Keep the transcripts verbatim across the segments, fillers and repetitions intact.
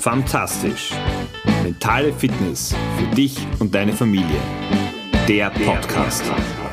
Fantastisch. Mentale Fitness für dich und deine Familie. Der Podcast.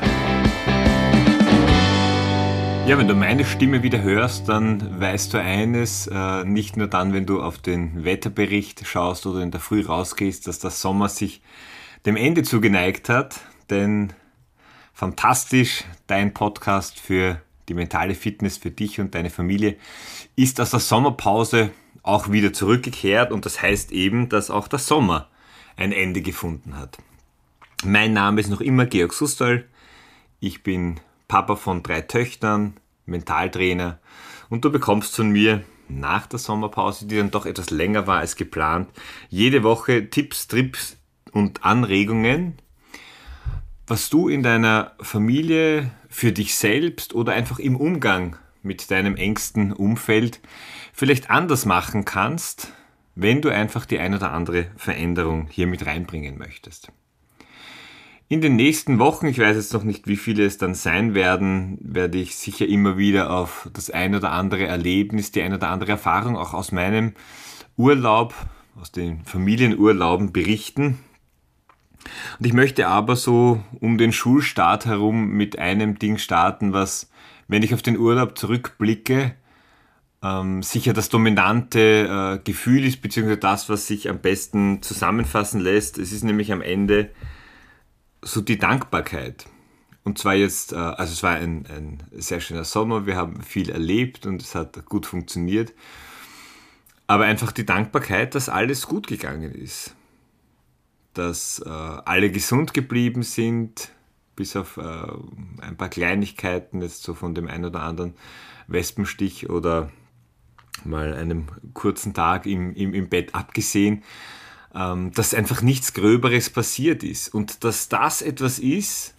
Ja, wenn du meine Stimme wieder hörst, dann weißt du eines, äh, nicht nur dann, wenn du auf den Wetterbericht schaust oder in der Früh rausgehst, dass der Sommer sich dem Ende zugeneigt hat, denn Fantastisch, dein Podcast für die mentale Fitness für dich und deine Familie, ist aus der Sommerpause auch wieder zurückgekehrt und das heißt eben, dass auch der Sommer ein Ende gefunden hat. Mein Name ist noch immer Georg Sustal, ich bin Papa von drei Töchtern, Mentaltrainer und du bekommst von mir nach der Sommerpause, die dann doch etwas länger war als geplant, jede Woche Tipps, Trips und Anregungen, was du in deiner Familie, für dich selbst oder einfach im Umgang mit deinem engsten Umfeld vielleicht anders machen kannst, wenn du einfach die ein oder andere Veränderung hier mit reinbringen möchtest. In den nächsten Wochen, ich weiß jetzt noch nicht, wie viele es dann sein werden, werde ich sicher immer wieder auf das ein oder andere Erlebnis, die ein oder andere Erfahrung auch aus meinem Urlaub, aus den Familienurlauben berichten. Und ich möchte aber so um den Schulstart herum mit einem Ding starten, was, wenn ich auf den Urlaub zurückblicke, ähm, sicher das dominante äh, Gefühl ist, beziehungsweise das, was sich am besten zusammenfassen lässt. Es ist nämlich am Ende so die Dankbarkeit. Und zwar jetzt, äh, also es war ein, ein sehr schöner Sommer, wir haben viel erlebt und es hat gut funktioniert. Aber einfach die Dankbarkeit, dass alles gut gegangen ist. Dass äh, alle gesund geblieben sind, bis auf äh, ein paar Kleinigkeiten, jetzt so von dem einen oder anderen Wespenstich oder mal einem kurzen Tag im, im, im Bett abgesehen, ähm, dass einfach nichts Gröberes passiert ist und dass das etwas ist,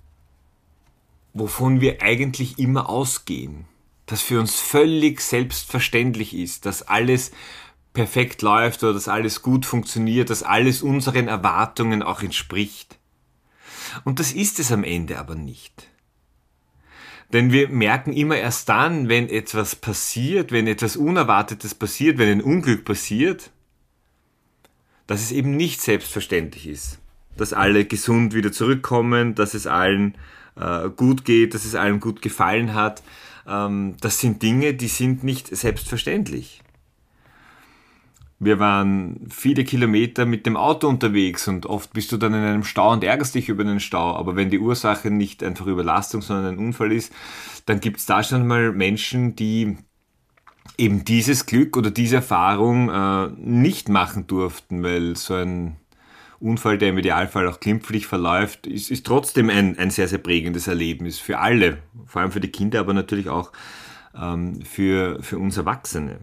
wovon wir eigentlich immer ausgehen, dass für uns völlig selbstverständlich ist, dass alles perfekt läuft oder dass alles gut funktioniert, dass alles unseren Erwartungen auch entspricht. Und das ist es am Ende aber nicht. Denn wir merken immer erst dann, wenn etwas passiert, wenn etwas Unerwartetes passiert, wenn ein Unglück passiert, dass es eben nicht selbstverständlich ist. Dass alle gesund wieder zurückkommen, dass es allen äh, gut geht, dass es allen gut gefallen hat. Ähm, das sind Dinge, die sind nicht selbstverständlich. Wir waren viele Kilometer mit dem Auto unterwegs und oft bist du dann in einem Stau und ärgerst dich über den Stau. Aber wenn die Ursache nicht einfach Überlastung, sondern ein Unfall ist, dann gibt es da schon mal Menschen, die eben dieses Glück oder diese Erfahrung äh, nicht machen durften, weil so ein Unfall, der im Idealfall auch glimpflich verläuft, ist, ist trotzdem ein, ein sehr, sehr prägendes Erlebnis für alle. Vor allem für die Kinder, aber natürlich auch ähm, für, für uns Erwachsene.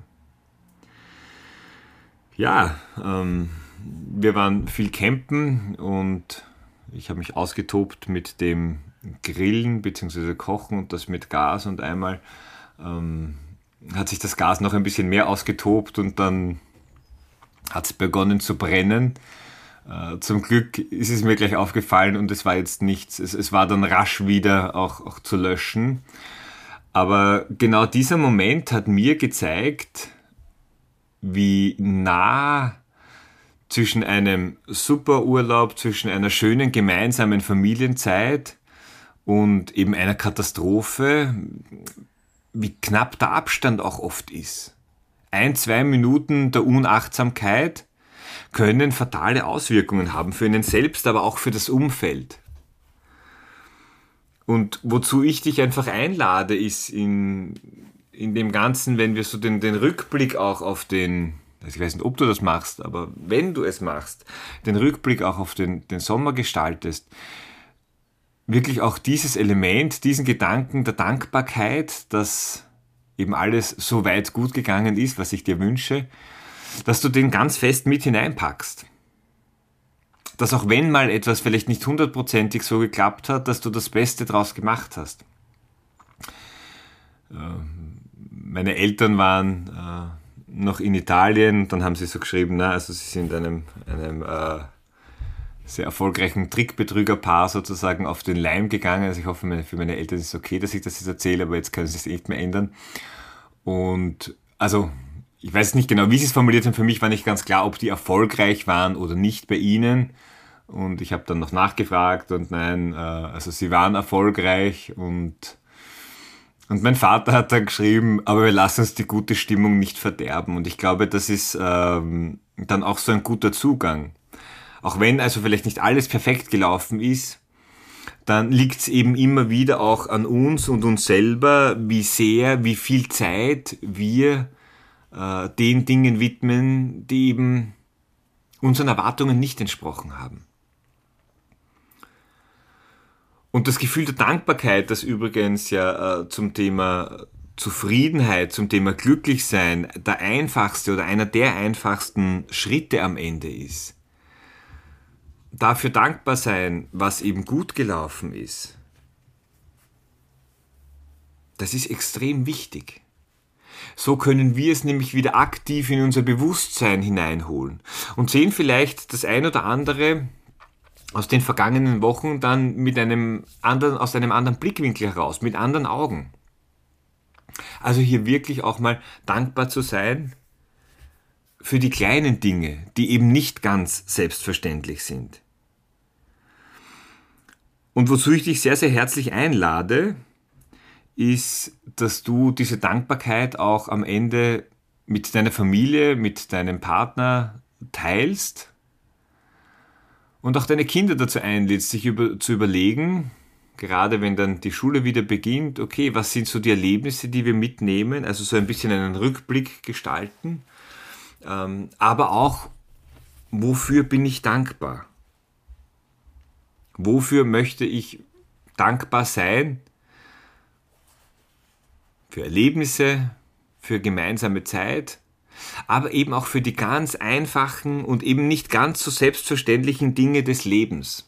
Ja, ähm, wir waren viel campen und ich habe mich ausgetobt mit dem Grillen bzw. Kochen und das mit Gas und einmal ähm, hat sich das Gas noch ein bisschen mehr ausgetobt und dann hat es begonnen zu brennen. Äh, zum Glück ist es mir gleich aufgefallen und es war jetzt nichts, es, es war dann rasch wieder auch, auch zu löschen. Aber genau dieser Moment hat mir gezeigt, wie nah zwischen einem super Urlaub, zwischen einer schönen gemeinsamen Familienzeit und eben einer Katastrophe, wie knapp der Abstand auch oft ist. Ein, zwei Minuten der Unachtsamkeit können fatale Auswirkungen haben für einen selbst, aber auch für das Umfeld. Und wozu ich dich einfach einlade, ist in in dem Ganzen, wenn wir so den, den Rückblick auch auf den, also ich weiß nicht, ob du das machst, aber wenn du es machst, den Rückblick auch auf den, den Sommer gestaltest, wirklich auch dieses Element, diesen Gedanken der Dankbarkeit, dass eben alles so weit gut gegangen ist, was ich dir wünsche, dass du den ganz fest mit hineinpackst. Dass auch wenn mal etwas vielleicht nicht hundertprozentig so geklappt hat, dass du das Beste draus gemacht hast. Meine Eltern waren äh, noch in Italien, dann haben sie so geschrieben, na, also sie sind einem, einem äh, sehr erfolgreichen Trickbetrügerpaar sozusagen auf den Leim gegangen. Also ich hoffe, meine, für meine Eltern ist es okay, dass ich das jetzt erzähle, aber jetzt können sie es nicht mehr ändern. Und also ich weiß nicht genau, wie sie es formuliert haben, für mich war nicht ganz klar, ob die erfolgreich waren oder nicht bei ihnen. Und ich habe dann noch nachgefragt und nein, äh, also sie waren erfolgreich und, und mein Vater hat dann geschrieben, aber wir lassen uns die gute Stimmung nicht verderben. Und ich glaube, das ist ähm, dann auch so ein guter Zugang. Auch wenn also vielleicht nicht alles perfekt gelaufen ist, dann liegt es eben immer wieder auch an uns und uns selber, wie sehr, wie viel Zeit wir äh, den Dingen widmen, die eben unseren Erwartungen nicht entsprochen haben. Und das Gefühl der Dankbarkeit, das übrigens ja äh, zum Thema Zufriedenheit, zum Thema Glücklichsein der einfachste oder einer der einfachsten Schritte am Ende ist. Dafür dankbar sein, was eben gut gelaufen ist. Das ist extrem wichtig. So können wir es nämlich wieder aktiv in unser Bewusstsein hineinholen und sehen vielleicht das ein oder andere aus den vergangenen Wochen dann mit einem anderen, aus einem anderen Blickwinkel heraus, mit anderen Augen. Also hier wirklich auch mal dankbar zu sein für die kleinen Dinge, die eben nicht ganz selbstverständlich sind. Und wozu ich dich sehr, sehr herzlich einlade, ist, dass du diese Dankbarkeit auch am Ende mit deiner Familie, mit deinem Partner teilst und auch deine Kinder dazu einlädst, sich über, zu überlegen, gerade wenn dann die Schule wieder beginnt, okay, was sind so die Erlebnisse, die wir mitnehmen, also so ein bisschen einen Rückblick gestalten, ähm, aber auch, wofür bin ich dankbar? Wofür möchte ich dankbar sein? Für Erlebnisse, für gemeinsame Zeit, aber eben auch für die ganz einfachen und eben nicht ganz so selbstverständlichen Dinge des Lebens.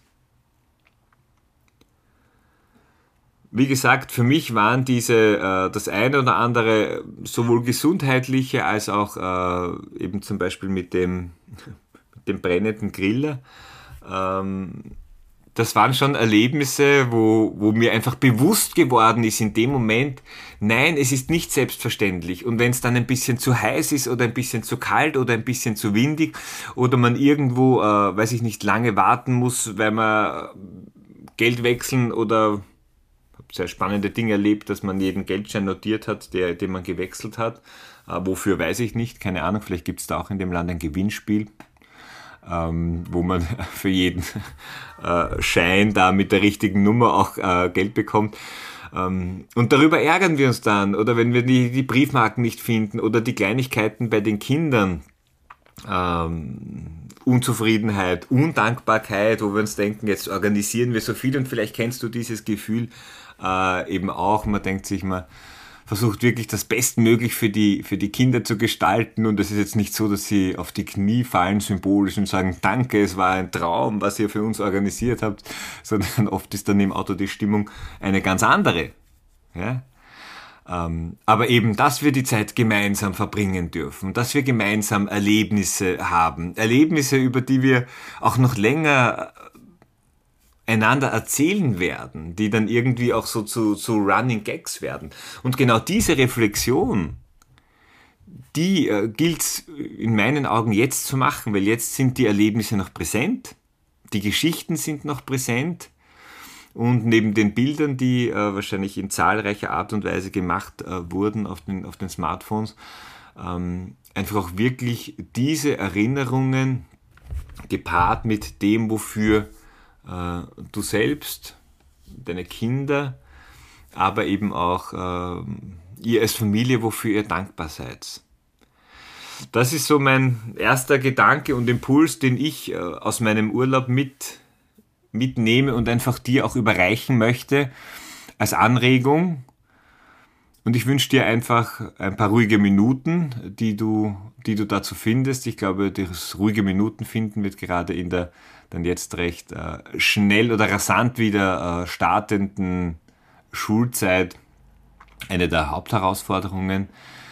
Wie gesagt, für mich waren diese äh, das eine oder andere sowohl gesundheitliche als auch äh, eben zum Beispiel mit dem, mit dem brennenden Griller. Ähm, das waren schon Erlebnisse, wo, wo mir einfach bewusst geworden ist in dem Moment, nein, es ist nicht selbstverständlich. Und wenn es dann ein bisschen zu heiß ist oder ein bisschen zu kalt oder ein bisschen zu windig oder man irgendwo, äh, weiß ich nicht, lange warten muss, weil man Geld wechseln oder sehr spannende Dinge erlebt, dass man jeden Geldschein notiert hat, der, den man gewechselt hat. Äh, wofür weiß ich nicht, keine Ahnung, vielleicht gibt es da auch in dem Land ein Gewinnspiel, ähm, wo man für jeden äh, Schein da mit der richtigen Nummer auch äh, Geld bekommt. Ähm, und darüber ärgern wir uns dann, oder wenn wir die, die Briefmarken nicht finden oder die Kleinigkeiten bei den Kindern. Ähm, Unzufriedenheit, Undankbarkeit, wo wir uns denken, jetzt organisieren wir so viel und vielleicht kennst du dieses Gefühl äh, eben auch. Man denkt sich, man versucht wirklich das Bestmöglich für die, für die Kinder zu gestalten und es ist jetzt nicht so, dass sie auf die Knie fallen symbolisch und sagen, danke, es war ein Traum, was ihr für uns organisiert habt, sondern oft ist dann im Auto die Stimmung eine ganz andere. Ja? Ähm, aber eben, dass wir die Zeit gemeinsam verbringen dürfen, dass wir gemeinsam Erlebnisse haben, Erlebnisse, über die wir auch noch länger einander erzählen werden, die dann irgendwie auch so zu, zu Running Gags werden. Und genau diese Reflexion, die äh, gilt es in meinen Augen jetzt zu machen, weil jetzt sind die Erlebnisse noch präsent, die Geschichten sind noch präsent. Und neben den Bildern, die äh, wahrscheinlich in zahlreicher Art und Weise gemacht äh, wurden auf den, auf den Smartphones, ähm, einfach auch wirklich diese Erinnerungen gepaart mit dem, wofür äh, du selbst, deine Kinder, aber eben auch äh, ihr als Familie, wofür ihr dankbar seid. Das ist so mein erster Gedanke und Impuls, den ich äh, aus meinem Urlaub mit mitnehme und einfach dir auch überreichen möchte als Anregung. Und ich wünsche dir einfach ein paar ruhige Minuten, die du, die du dazu findest. Ich glaube, das ruhige Minuten finden wird gerade in der dann jetzt recht äh, schnell oder rasant wieder äh, startenden Schulzeit eine der Hauptherausforderungen.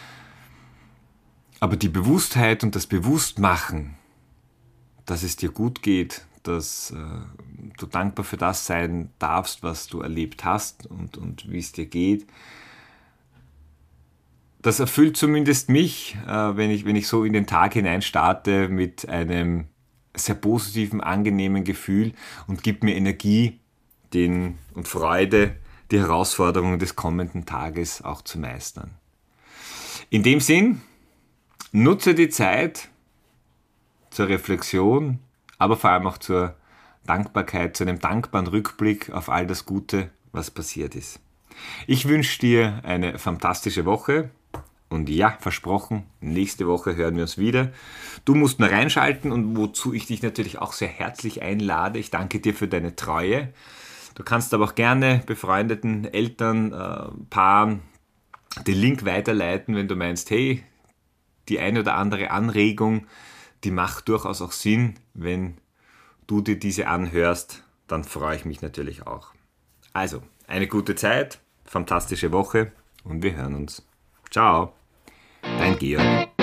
Aber die Bewusstheit und das Bewusstmachen, dass es dir gut geht, dass äh, du dankbar für das sein darfst, was du erlebt hast und, und wie es dir geht. Das erfüllt zumindest mich, äh, wenn ich, wenn ich so in den Tag hinein starte mit einem sehr positiven, angenehmen Gefühl und gibt mir Energie den, und Freude, die Herausforderungen des kommenden Tages auch zu meistern. In dem Sinn, nutze die Zeit zur Reflexion, aber vor allem auch zur Dankbarkeit, zu einem dankbaren Rückblick auf all das Gute, was passiert ist. Ich wünsche dir eine fantastische Woche. Und ja, versprochen, nächste Woche hören wir uns wieder. Du musst nur reinschalten und wozu ich dich natürlich auch sehr herzlich einlade. Ich danke dir für deine Treue. Du kannst aber auch gerne befreundeten Eltern, äh, Paaren den Link weiterleiten, wenn du meinst, hey, die eine oder andere Anregung, die macht durchaus auch Sinn. Wenn du dir diese anhörst, dann freue ich mich natürlich auch. Also, eine gute Zeit, fantastische Woche und wir hören uns. Ciao, dein Georg.